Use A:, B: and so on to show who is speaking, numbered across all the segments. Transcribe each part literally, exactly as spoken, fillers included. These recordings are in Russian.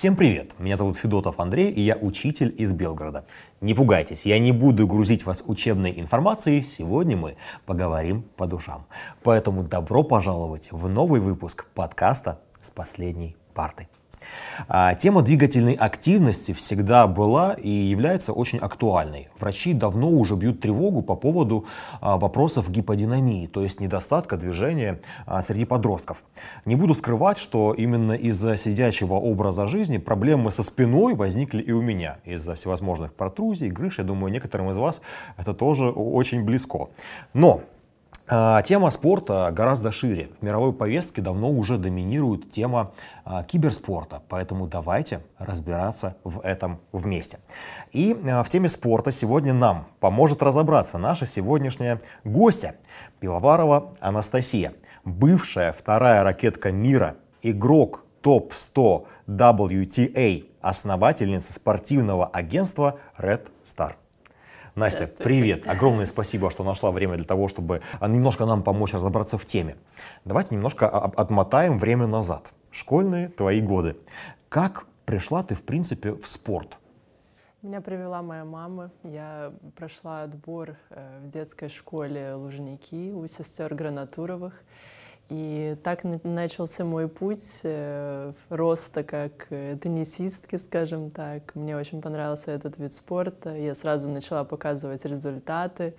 A: Всем привет! Меня зовут Федотов Андрей, и я учитель из Белгорода. Не пугайтесь, я не буду грузить вас учебной информацией, сегодня мы поговорим по душам. Поэтому добро пожаловать в новый выпуск подкаста «С последней парты». А, тема двигательной активности всегда была и является очень актуальной. Врачи давно уже бьют тревогу по поводу а, вопросов гиподинамии, то есть недостатка движения а, среди подростков. Не буду скрывать, что именно из-за сидячего образа жизни проблемы со спиной возникли и у меня. Из-за всевозможных протрузий, грыж, я думаю, некоторым из вас это тоже очень близко. Но А, тема спорта гораздо шире. В мировой повестке давно уже доминирует тема а, киберспорта, поэтому давайте разбираться в этом вместе. И а, в теме спорта сегодня нам поможет разобраться наша сегодняшняя гостья Пивоварова Анастасия, бывшая вторая ракетка мира, игрок топ сто дабл ю ти эй, основательница спортивного агентства Red Star. Настя, привет! Огромное спасибо, что нашла время для того, чтобы немножко нам помочь разобраться в теме. Давайте немножко отмотаем время назад. Школьные твои годы. Как пришла ты, в принципе, в спорт?
B: Меня привела моя мама. Я прошла отбор в детской школе Лужники у сестер Гранатуровых. И так начался мой путь э, роста как теннисистки, скажем так. Мне очень понравился этот вид спорта. Я сразу начала показывать результаты.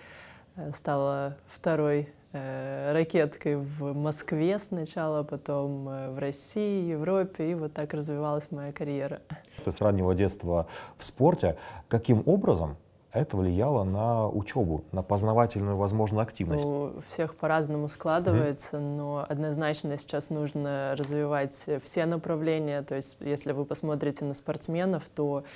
B: Стала второй э, ракеткой в Москве сначала, потом в России, Европе. И вот так развивалась моя карьера.
A: То есть с раннего детства в спорте. Каким образом это влияло на учебу, на познавательную, возможно, активность?
B: Ну, у всех по-разному складывается, mm-hmm. но однозначно сейчас нужно развивать все направления. То есть, если вы посмотрите на спортсменов, то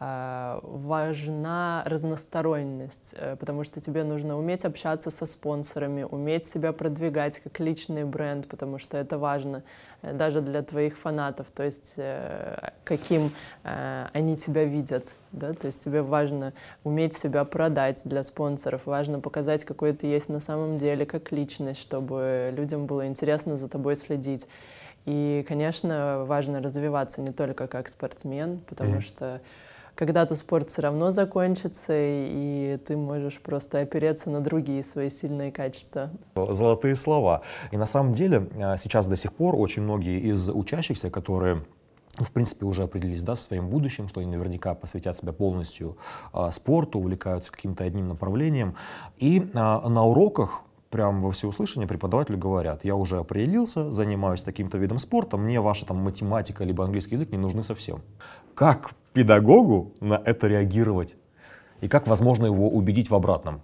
B: э, важна разносторонность, э, потому что тебе нужно уметь общаться со спонсорами, уметь себя продвигать как личный бренд, потому что это важно э, даже для твоих фанатов, то есть э, каким э, они тебя видят. Да? То есть тебе важно уметь себя продать для спонсоров, важно показать, какой ты есть на самом деле, как личность, чтобы людям было интересно за тобой следить. И, конечно, важно развиваться не только как спортсмен, потому mm-hmm. что когда-то спорт все равно закончится, и ты можешь просто опереться на другие свои сильные качества.
A: Золотые слова. И на самом деле сейчас до сих пор очень многие из учащихся, которые в принципе, уже определились, да, со своим будущим, что они наверняка посвятят себя полностью а, спорту, увлекаются каким-то одним направлением. И а, на уроках прям во всеуслышание преподаватели говорят: я уже определился, занимаюсь таким-то видом спорта, мне ваша там математика либо английский язык не нужны совсем. Как педагогу на это реагировать? И как возможно его убедить в обратном?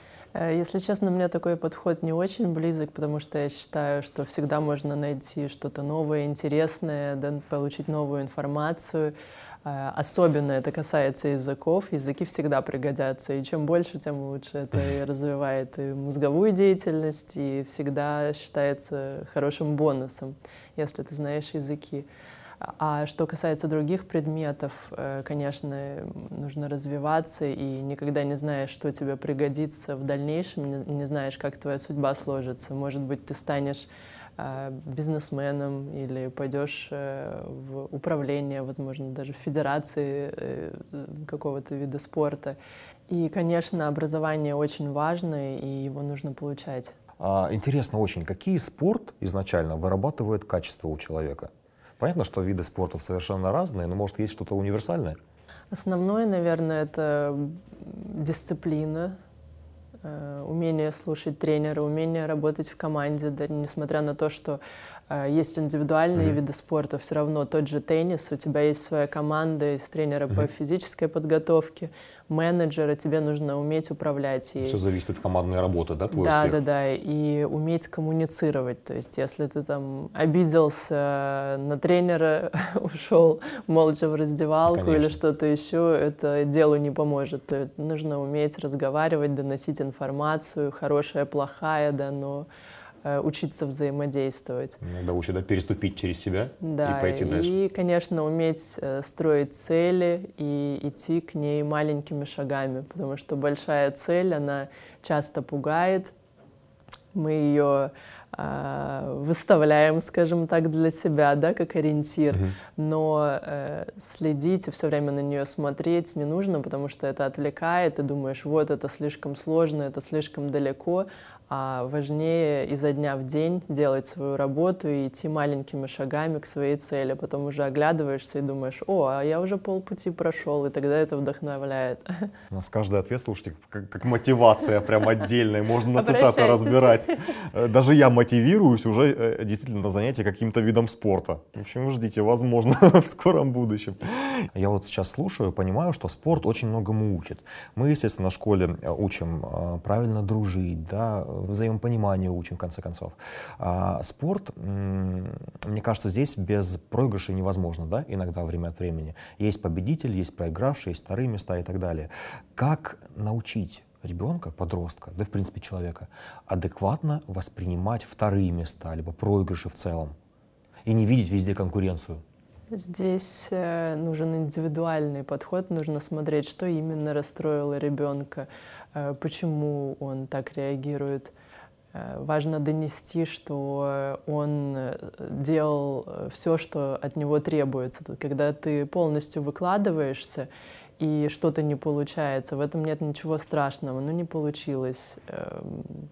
B: Если честно, мне такой подход не очень близок, потому что я считаю, что всегда можно найти что-то новое, интересное, да, получить новую информацию. Особенно это касается языков. Языки всегда пригодятся, и чем больше, тем лучше. Это и развивает и мозговую деятельность, и всегда считается хорошим бонусом, если ты знаешь языки. А что касается других предметов, конечно, нужно развиваться, и никогда не знаешь, что тебе пригодится в дальнейшем, не знаешь, как твоя судьба сложится. Может быть, ты станешь бизнесменом или пойдешь в управление, возможно, даже в федерации какого-то вида спорта. И, конечно, образование очень важно, и его нужно получать.
A: Интересно очень, какие спорт изначально вырабатывает качество у человека? Понятно, что виды спорта совершенно разные, но, может, есть что-то универсальное?
B: Основное, наверное, это дисциплина, умение слушать тренера, умение работать в команде, да, несмотря на то, что э, есть индивидуальные mm-hmm. виды спорта, все равно тот же теннис, у тебя есть своя команда, есть тренеры mm-hmm. по физической подготовке, менеджеры, тебе нужно уметь управлять. И...
A: Все зависит от командной работы, да, твой
B: да,
A: успех?
B: Да, да, да, и уметь коммуницировать, то есть если ты там обиделся на тренера, ушел молча в раздевалку Конечно. Или что-то еще, это делу не поможет, то есть нужно уметь разговаривать, доносить информацию, хорошая, плохая, да, но э, учиться взаимодействовать.
A: Иногда учат, да, переступить через себя
B: да,
A: и пойти
B: и,
A: дальше.
B: И, конечно, уметь э, строить цели и идти к ней маленькими шагами, потому что большая цель, она часто пугает. Мы ее выставляем, скажем так, для себя, да, как ориентир, mm-hmm. но э, следить и все время на нее смотреть не нужно, потому что это отвлекает, ты думаешь, вот это слишком сложно, это слишком далеко, а важнее изо дня в день делать свою работу и идти маленькими шагами к своей цели. Потом уже оглядываешься и думаешь, о, а я уже полпути прошел, и тогда это вдохновляет.
A: У нас каждый ответ, слушайте, как, как мотивация прям отдельная, можно на цитаты разбирать. Даже я мотивируюсь уже действительно на занятия каким-то видом спорта. В общем, ждите, возможно, в скором будущем. Я вот сейчас слушаю, понимаю, что спорт очень многому учит. Мы, естественно, в школе учим правильно дружить, да, взаимопониманию учим, в конце концов. А спорт, мне кажется, здесь без проигрыша невозможно, да, иногда время от времени. Есть победитель, есть проигравший, есть вторые места и так далее. Как научить ребенка, подростка, да, в принципе, человека, адекватно воспринимать вторые места, либо проигрыши в целом, и не видеть везде конкуренцию?
B: Здесь э, нужен индивидуальный подход, нужно смотреть, что именно расстроило ребенка, э, почему он так реагирует. Э, важно донести, что он делал все, что от него требуется. Когда ты полностью выкладываешься и что-то не получается, в этом нет ничего страшного, ну не получилось. Э,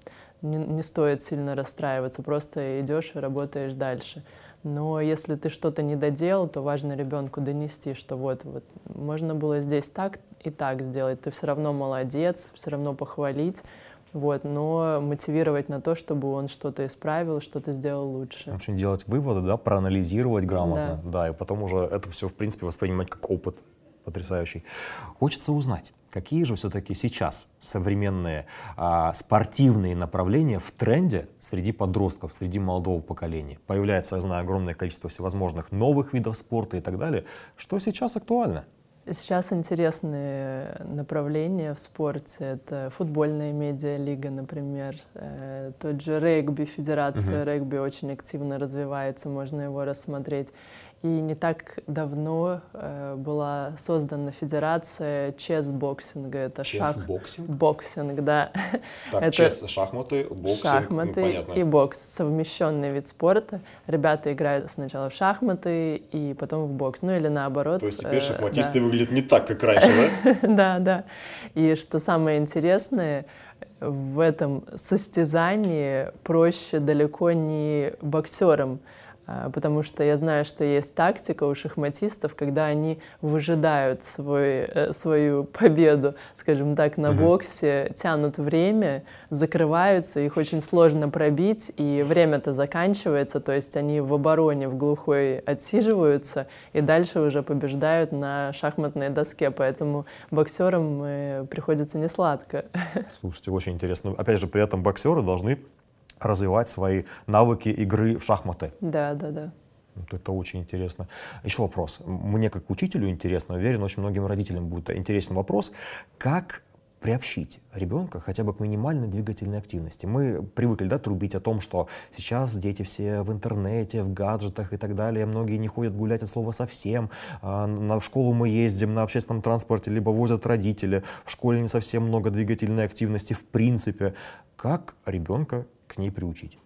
B: не, не стоит сильно расстраиваться, просто идешь и работаешь дальше. Но если ты что-то не доделал, то важно ребенку донести, что вот, вот можно было здесь так и так сделать, ты все равно молодец, все равно похвалить, вот, но мотивировать на то, чтобы он что-то исправил, что-то сделал лучше.
A: В общем, делать выводы, да, проанализировать грамотно, да. да, и потом уже это все, в принципе, воспринимать как опыт потрясающий. Хочется узнать, какие же все-таки сейчас современные а, спортивные направления в тренде среди подростков, среди молодого поколения? Появляется, я знаю, огромное количество всевозможных новых видов спорта и так далее. Что сейчас актуально?
B: Сейчас интересные направления в спорте. Это футбольная медиалига, например. Э, тот же регби, федерация uh-huh. регби очень активно развивается, можно его рассмотреть. И не так давно э, была создана федерация чес-боксинга. Это
A: чес-боксинг?
B: Шах... Боксинг, да.
A: Так,
B: это
A: чес, шахматы, боксинг,
B: шахматы
A: ну,
B: и бокс. Совмещенный вид спорта. Ребята играют сначала в шахматы и потом в бокс. Ну или наоборот.
A: То есть теперь шахматисты
B: э, да.
A: выглядят не так, как раньше, да?
B: Да, да. И что самое интересное, в этом состязании проще далеко не боксерам, потому что я знаю, что есть тактика у шахматистов, когда они выжидают свой, свою победу, скажем так, на боксе, тянут время, закрываются, их очень сложно пробить, и время-то заканчивается, то есть они в обороне, в глухой отсиживаются, и дальше уже побеждают на шахматной доске, поэтому боксерам приходится несладко.
A: Слушайте, очень интересно. Опять же, при этом боксеры должны развивать свои навыки игры в шахматы.
B: Да, да, да.
A: Вот это очень интересно. Еще вопрос. Мне как учителю интересно, уверен, очень многим родителям будет интересен вопрос, как приобщить ребенка хотя бы к минимальной двигательной активности. Мы привыкли, да, трубить о том, что сейчас дети все в интернете, в гаджетах и так далее, многие не ходят гулять от слова совсем, в школу мы ездим на общественном транспорте, либо возят родители, в школе не совсем много двигательной активности в принципе. Как ребенка к ней приучить?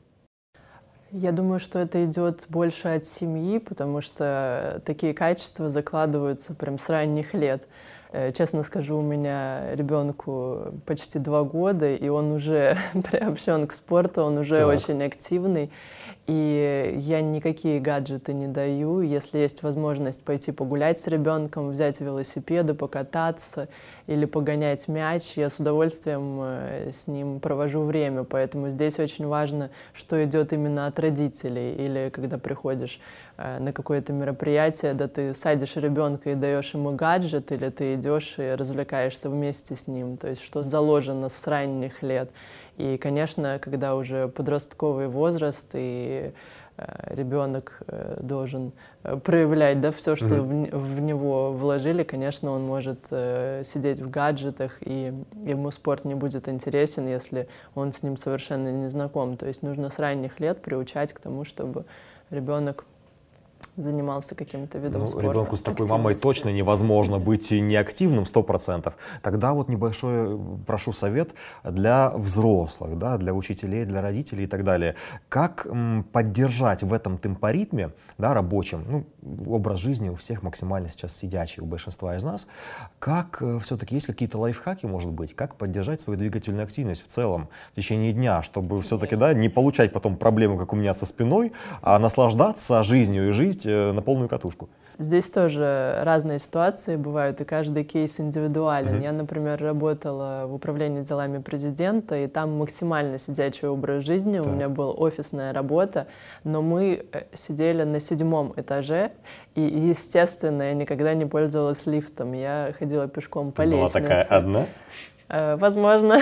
B: Я думаю, что это идет больше от семьи, потому что такие качества закладываются прям с ранних лет. Честно скажу, у меня ребенку почти два года, и он уже приобщен к спорту, он уже
A: так.
B: очень активный. И я никакие гаджеты не даю. Если есть возможность пойти погулять с ребенком, взять велосипеды, покататься или погонять мяч, я с удовольствием с ним провожу время. Поэтому здесь очень важно, что идет именно от родителей. Или когда приходишь на какое-то мероприятие, да ты садишь ребенка и даешь ему гаджет, или ты идешь и развлекаешься вместе с ним. То есть что заложено с ранних лет. И, конечно, когда уже подростковый возраст, и э, ребенок э, должен проявлять, да, все, что mm-hmm. в, в него вложили, конечно, он может э, сидеть в гаджетах, и ему спорт не будет интересен, если он с ним совершенно не знаком. То есть нужно с ранних лет приучать к тому, чтобы ребенок занимался каким-то видом
A: ну,
B: спорта.
A: Ребенку с такой мамой точно невозможно быть неактивным сто процентов. Тогда вот небольшой, прошу совет для взрослых, да, для учителей, для родителей и так далее. Как м, поддержать в этом темпоритме, да, рабочем, ну, образ жизни у всех максимально сейчас сидячий, у большинства из нас, как э, все-таки есть какие-то лайфхаки, может быть, как поддержать свою двигательную активность в целом в течение дня, чтобы все-таки, да, не получать потом проблемы, как у меня со спиной, а наслаждаться жизнью и жить на полную катушку.
B: Здесь тоже разные ситуации бывают, и каждый кейс индивидуален. Mm-hmm. Я, например, работала в управлении делами президента, и там максимально сидячий образ жизни. Так. У меня была офисная работа, но мы сидели на седьмом этаже, и, естественно, я никогда не пользовалась лифтом. Я ходила пешком по
A: Ты
B: лестнице.
A: Была такая одна?
B: Возможно.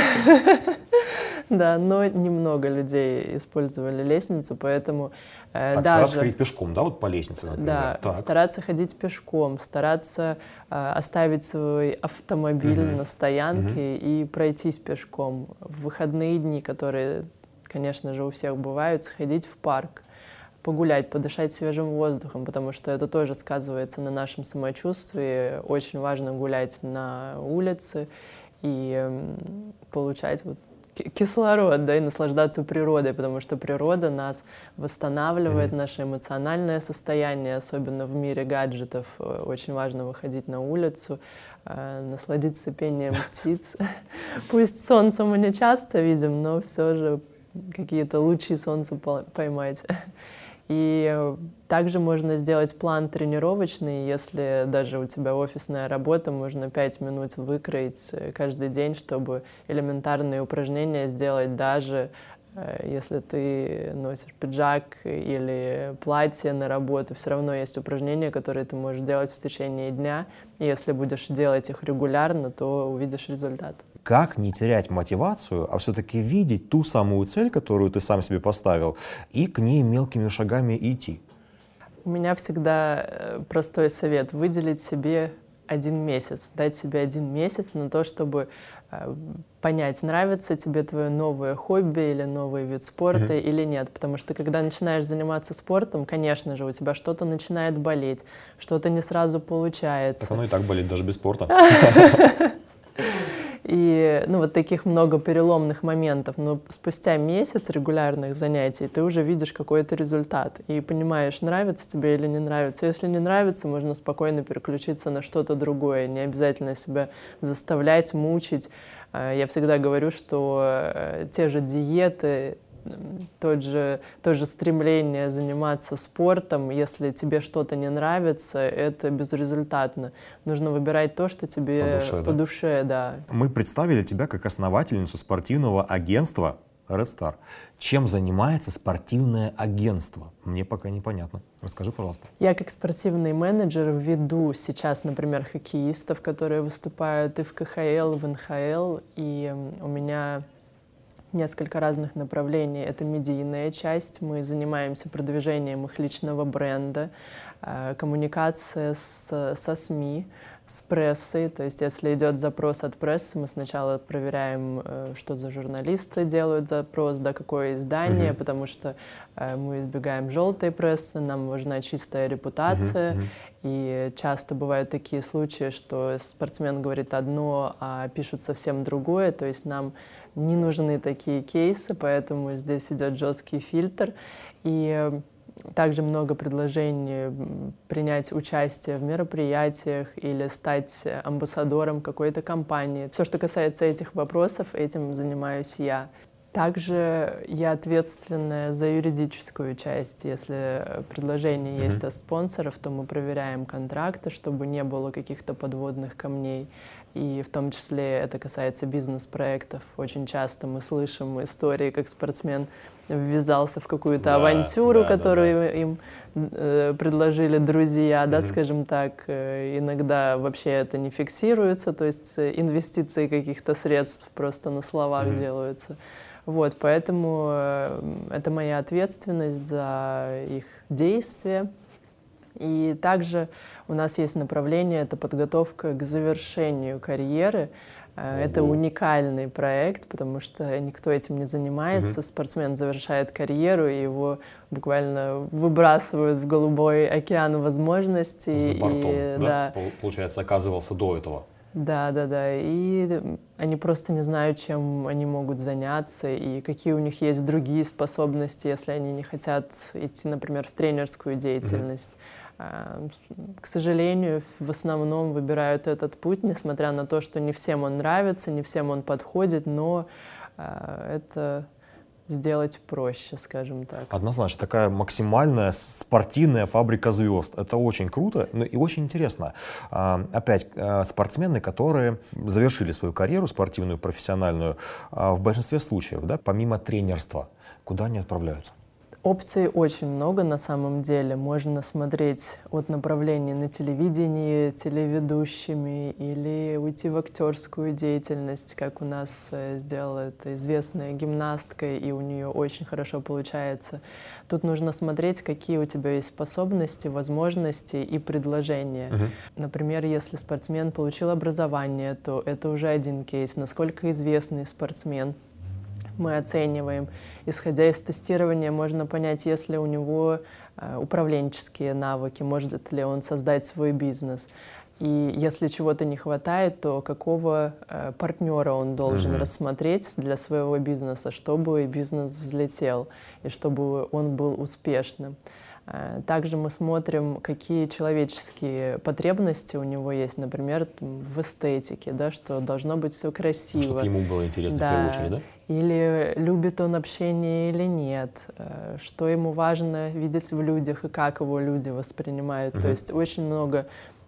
B: Да, но немного людей использовали лестницу, поэтому э,
A: так,
B: даже...
A: стараться ходить пешком, да, вот по лестнице, например?
B: Да,
A: так.
B: стараться ходить пешком, стараться э, оставить свой автомобиль
A: угу.
B: на стоянке
A: угу.
B: и пройтись пешком. В выходные дни, которые, конечно же, у всех бывают, сходить в парк, погулять, подышать свежим воздухом, потому что это тоже сказывается на нашем самочувствии. Очень важно гулять на улице и э, получать вот кислород, да, и наслаждаться природой, потому что природа нас восстанавливает, mm-hmm. наше эмоциональное состояние, особенно в мире гаджетов. Очень важно выходить на улицу, э, насладиться пением птиц. Пусть солнце мы не часто видим, но все же какие-то лучи солнца поймать. И также можно сделать план тренировочный, если даже у тебя офисная работа, можно пять минут выкроить каждый день, чтобы элементарные упражнения сделать, даже если ты носишь пиджак или платье на работу, все равно есть упражнения, которые ты можешь делать в течение дня, и если будешь делать их регулярно, то увидишь результат.
A: Как не терять мотивацию, а все-таки видеть ту самую цель, которую ты сам себе поставил, и к ней мелкими шагами идти?
B: У меня всегда простой совет — выделить себе один месяц, дать себе один месяц на то, чтобы понять, нравится тебе твое новое хобби или новый вид спорта mm-hmm. или нет. Потому что когда начинаешь заниматься спортом, конечно же, у тебя что-то начинает болеть, что-то не сразу получается.
A: Так оно и так болит даже без спорта.
B: И ну, вот таких много переломных моментов. Но спустя месяц регулярных занятий ты уже видишь какой-то результат и понимаешь, нравится тебе или не нравится. Если не нравится, можно спокойно переключиться на что-то другое. Не обязательно себя заставлять, мучить. Я всегда говорю, что те же диеты, тот же, то же стремление заниматься спортом, если тебе что-то не нравится, это безрезультатно. Нужно выбирать то, что тебе по душе, по да? душе, да.
A: Мы представили тебя как основательницу спортивного агентства Red Star. Чем занимается спортивное агентство? Мне пока непонятно. Расскажи, пожалуйста.
B: Я как спортивный менеджер веду сейчас, например, хоккеистов, которые выступают и в ка ха эл, и в эн ха эл, и у меня несколько разных направлений. Это медийная часть, мы занимаемся продвижением их личного бренда, коммуникация с, со СМИ, с прессой. То есть если идет запрос от прессы, мы сначала проверяем, что за журналисты делают запрос, да, какое издание, uh-huh. потому что мы избегаем желтой прессы, нам важна чистая репутация. Uh-huh. Uh-huh. И часто бывают такие случаи, что спортсмен говорит одно, а пишут совсем другое. То есть нам не нужны такие кейсы, поэтому здесь идет жесткий фильтр. И также много предложений принять участие в мероприятиях или стать амбассадором какой-то компании. Все, что касается этих вопросов, этим занимаюсь я. Также я ответственная за юридическую часть. Если предложение mm-hmm. есть от спонсоров, то мы проверяем контракты, чтобы не было каких-то подводных камней. И в том числе это касается бизнес-проектов. Очень часто мы слышим истории, как спортсмен ввязался в какую-то да, авантюру, да, которую да, да. им э, предложили друзья, mm-hmm. да, скажем так. Иногда вообще это не фиксируется, то есть инвестиции каких-то средств просто на словах mm-hmm. делаются. Вот, поэтому это моя ответственность за их действия. И также у нас есть направление, это подготовка к завершению карьеры. Это уникальный проект, потому что никто этим не занимается. Угу. Спортсмен завершает карьеру, и его буквально выбрасывают в голубой океан возможностей.
A: За бортом,
B: и,
A: да?
B: да?
A: Получается, оказывался до этого.
B: Да, да, да. И они просто не знают, чем они могут заняться и какие у них есть другие способности, если они не хотят идти, например, в тренерскую деятельность. Mm-hmm. К сожалению, в основном выбирают этот путь, несмотря на то, что не всем он нравится, не всем он подходит, но это сделать проще, скажем так.
A: Однозначно, такая максимальная спортивная фабрика звезд. Это очень круто, ну и очень интересно. Опять, спортсмены, которые завершили свою карьеру спортивную, профессиональную, в большинстве случаев, да, помимо тренерства, куда они отправляются?
B: Опций очень много на самом деле. Можно смотреть от направлений на телевидении телеведущими или уйти в актерскую деятельность, как у нас сделала это известная гимнастка, и у нее очень хорошо получается. Тут нужно смотреть, какие у тебя есть способности, возможности и предложения. Uh-huh. Например, если спортсмен получил образование, то это уже один кейс. Насколько известный спортсмен мы оцениваем. Исходя из тестирования, можно понять, есть ли у него э, управленческие навыки, может ли он создать свой бизнес. И если чего-то не хватает, то какого э, партнера он должен mm-hmm. рассмотреть для своего бизнеса, чтобы бизнес взлетел и чтобы он был успешным. Также мы смотрим, какие человеческие потребности у него есть, например, в эстетике, да, что должно быть все красиво.
A: Чтобы ему было интересно, да. В первую очередь, да?
B: Или любит он общение или нет, что ему важно видеть в людях и как его люди воспринимают. Угу. То есть очень много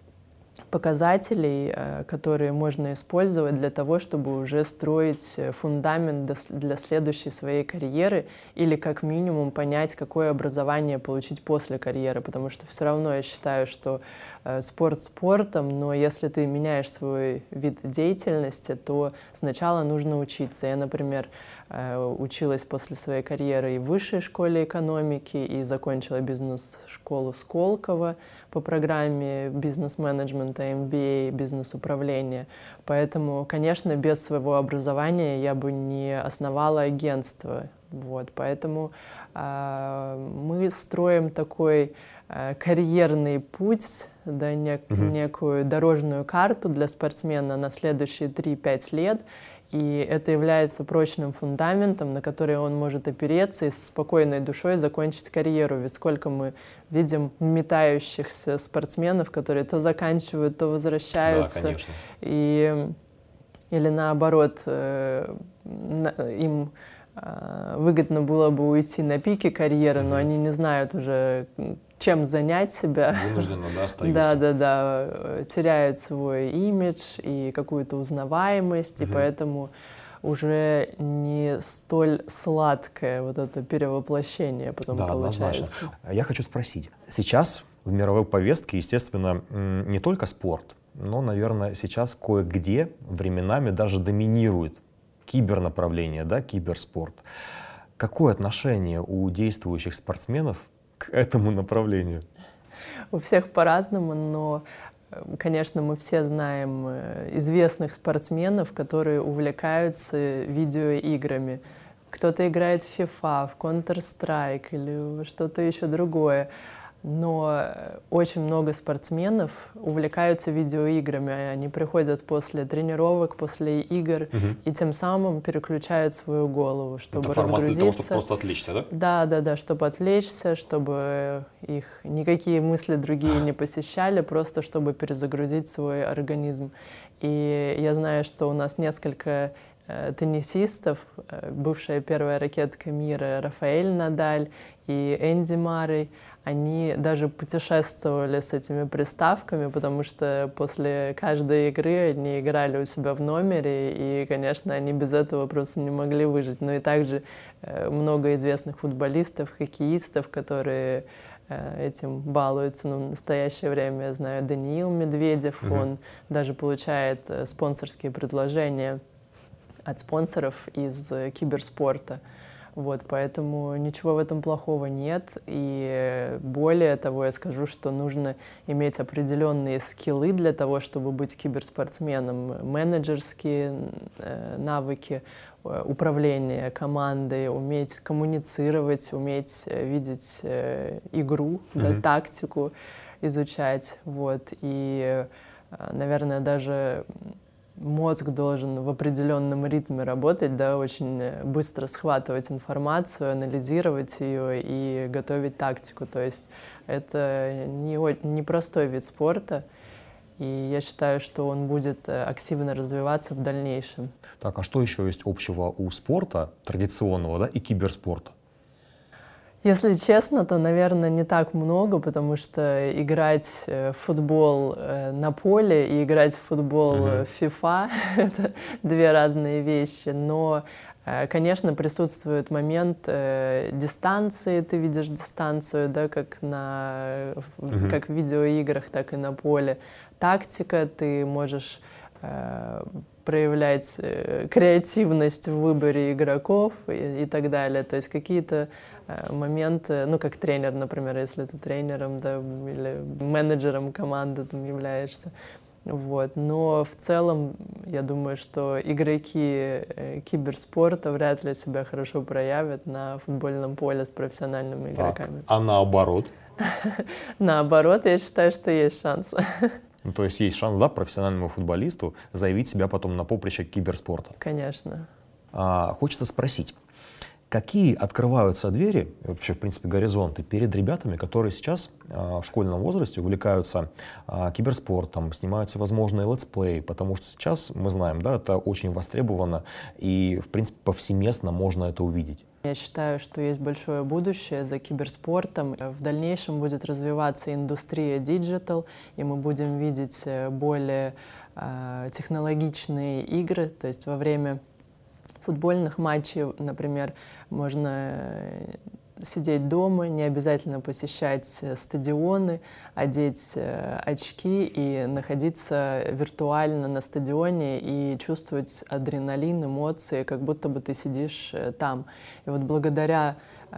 B: показателей, которые можно использовать для того, чтобы уже строить фундамент для следующей своей карьеры или как минимум понять, какое образование получить после карьеры, потому что все равно я считаю, что спорт спортом, но если ты меняешь свой вид деятельности, то сначала нужно учиться. Я, например, училась после своей карьеры и в высшей школе экономики, и закончила бизнес-школу Сколково по программе бизнес-менеджмента, эм би эй, бизнес-управления. Поэтому, конечно, без своего образования я бы не основала агентство. Вот, поэтому э, мы строим такой э, карьерный путь, да, нек- угу. некую дорожную карту для спортсмена на следующие три-пять лет. И это является прочным фундаментом, на который он может опереться и со спокойной душой закончить карьеру. Ведь сколько мы видим метающихся спортсменов, которые то заканчивают, то возвращаются.
A: Да, конечно.
B: И, или наоборот, э, им э, выгодно было бы уйти на пике карьеры, mm-hmm. но они не знают уже, чем занять себя.
A: Вынужденно, да, остаются.
B: Да, да, да, теряют свой имидж и какую-то узнаваемость, угу. и поэтому уже не столь сладкое вот это перевоплощение потом
A: да,
B: получается.
A: Однозначно. Я хочу спросить. Сейчас в мировой повестке, естественно, не только спорт, но, наверное, сейчас кое-где временами даже доминирует кибернаправление, да, киберспорт. Какое отношение у действующих спортсменов к этому направлению?
B: У всех по-разному, но, конечно, мы все знаем известных спортсменов, которые увлекаются видеоиграми. Кто-то играет в FIFA, в Counter-Strike или что-то еще другое. Но очень много спортсменов увлекаются видеоиграми. Они приходят после тренировок, после игр, угу. и тем самым переключают свою голову, чтобы
A: Это формат
B: разгрузиться.
A: Для того, чтобы просто отвлечься, да?
B: Да, да, да, чтобы отвлечься, чтобы их никакие мысли другие не посещали, просто чтобы перезагрузить свой организм. И я знаю, что у нас несколько э, теннисистов, э, бывшая первая ракетка мира Рафаэль Надаль и Энди Маррей, они даже путешествовали с этими приставками, потому что после каждой игры они играли у себя в номере, и, конечно, они без этого просто не могли выжить. Ну и также э, много известных футболистов, хоккеистов, которые э, этим балуются. Ну, в настоящее время я знаю Даниил Медведев, mm-hmm. он даже получает э, спонсорские предложения от спонсоров из э, киберспорта. Вот, поэтому ничего в этом плохого нет. И более того, я скажу, что нужно иметь определенные скиллы для того, чтобы быть киберспортсменом. Менеджерские э, навыки, управление командой, уметь коммуницировать, уметь видеть э, игру, mm-hmm. да, тактику изучать. Вот. И, наверное, даже мозг должен в определенном ритме работать, да, очень быстро схватывать информацию, анализировать ее и готовить тактику. То есть это не, не простой вид спорта. И я считаю, что он будет активно развиваться в дальнейшем.
A: Так, а что еще есть общего у спорта традиционного, да, и киберспорта?
B: Если честно, то, наверное, не так много, потому что играть в футбол на поле и играть в футбол в FIFA — это две разные вещи. Но, конечно, присутствует момент дистанции, ты видишь дистанцию, да, как, на, uh-huh. как в видеоиграх, так и на поле. Тактика, ты можешь э, проявлять э, креативность в выборе игроков и, и так далее. То есть какие-то э, моменты, ну, как тренер, например, если ты тренером, да, или менеджером команды там являешься. Вот. Но в целом, я думаю, что игроки э, киберспорта вряд ли себя хорошо проявят на футбольном поле с профессиональными игроками.
A: Так, а наоборот?
B: Наоборот, я считаю, что есть шанс.
A: Ну, то есть есть шанс, да, профессиональному футболисту заявить себя потом на поприще киберспорта?
B: Конечно.
A: А, хочется спросить, какие открываются двери, вообще, в принципе, горизонты перед ребятами, которые сейчас а, в школьном возрасте увлекаются а, киберспортом, снимают всевозможные летсплеи, потому что сейчас, мы знаем, да, это очень востребовано и, в принципе, повсеместно можно это увидеть.
B: Я считаю, что есть большое будущее за киберспортом. В дальнейшем будет развиваться индустрия диджитал, и мы будем видеть более э, технологичные игры. То есть во время футбольных матчей, например, можно сидеть дома, не обязательно посещать стадионы, одеть очки и находиться виртуально на стадионе и чувствовать адреналин, эмоции, как будто бы ты сидишь там. И вот благодаря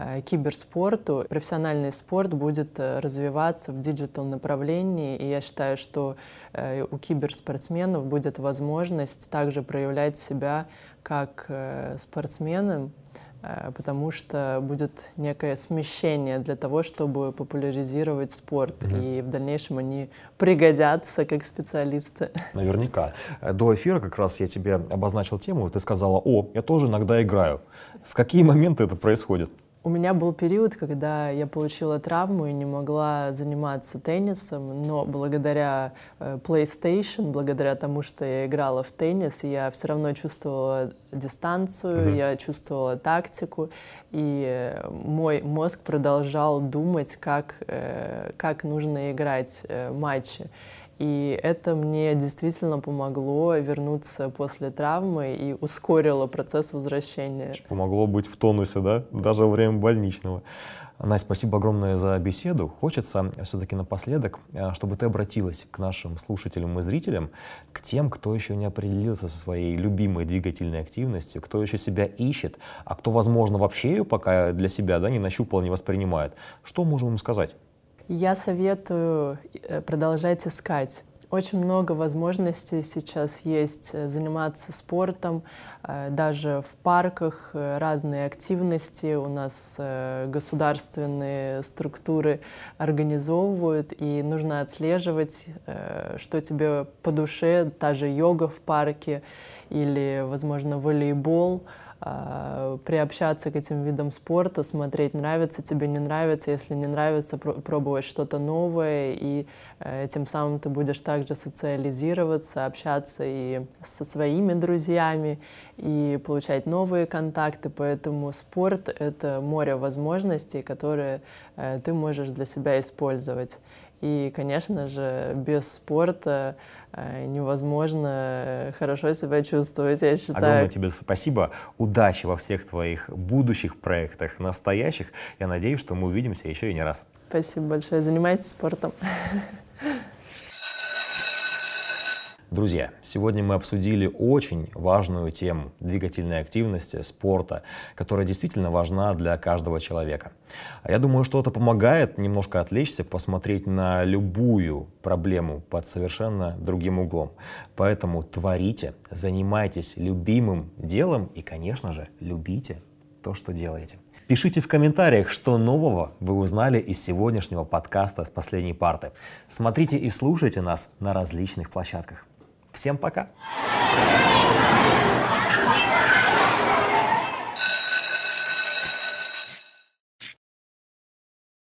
B: киберспорту профессиональный спорт будет развиваться в диджитал направлении, и я считаю, что у киберспортсменов будет возможность также проявлять себя как спортсмены, потому что будет некое смещение для того, чтобы популяризировать спорт, угу. и в дальнейшем они пригодятся как специалисты.
A: Наверняка. До эфира как раз я тебе обозначил тему, ты сказала: о, я тоже иногда играю. В какие моменты это происходит?
B: У меня был период, когда я получила травму и не могла заниматься теннисом, но благодаря э, PlayStation, благодаря тому, что я играла в теннис, я все равно чувствовала дистанцию, mm-hmm. я чувствовала тактику, и э, мой мозг продолжал думать, как, э, как нужно играть э, матчи. И это мне действительно помогло вернуться после травмы и ускорило процесс возвращения.
A: Помогло быть в тонусе, да? Даже во время больничного. Настя, спасибо огромное за беседу. Хочется все-таки напоследок, чтобы ты обратилась к нашим слушателям и зрителям, к тем, кто еще не определился со своей любимой двигательной активностью, кто еще себя ищет, а кто, возможно, вообще ее пока для себя, да, не нащупал, не воспринимает. Что можем им сказать?
B: Я советую продолжать искать. Очень много возможностей сейчас есть заниматься спортом, даже в парках разные активности у нас государственные структуры организовывают, и нужно отслеживать, что тебе по душе, та же йога в парке или, возможно, волейбол. Приобщаться к этим видам спорта, смотреть, нравится тебе, не нравится. Если не нравится, пробовать что-то новое, и э, тем самым ты будешь также социализироваться, общаться и со своими друзьями, и получать новые контакты. Поэтому спорт — это море возможностей, которые э, ты можешь для себя использовать. И, конечно же, без спорта невозможно хорошо себя чувствовать, я считаю.
A: Огромное тебе спасибо. Удачи во всех твоих будущих проектах, настоящих. Я надеюсь, что мы увидимся еще и не раз.
B: Спасибо большое. Занимайтесь спортом.
A: Друзья, сегодня мы обсудили очень важную тему двигательной активности, спорта, которая действительно важна для каждого человека. Я думаю, что это помогает немножко отвлечься, посмотреть на любую проблему под совершенно другим углом. Поэтому творите, занимайтесь любимым делом и, конечно же, любите то, что делаете. Пишите в комментариях, что нового вы узнали из сегодняшнего подкаста «С последней парты». Смотрите и слушайте нас на различных площадках. Всем пока!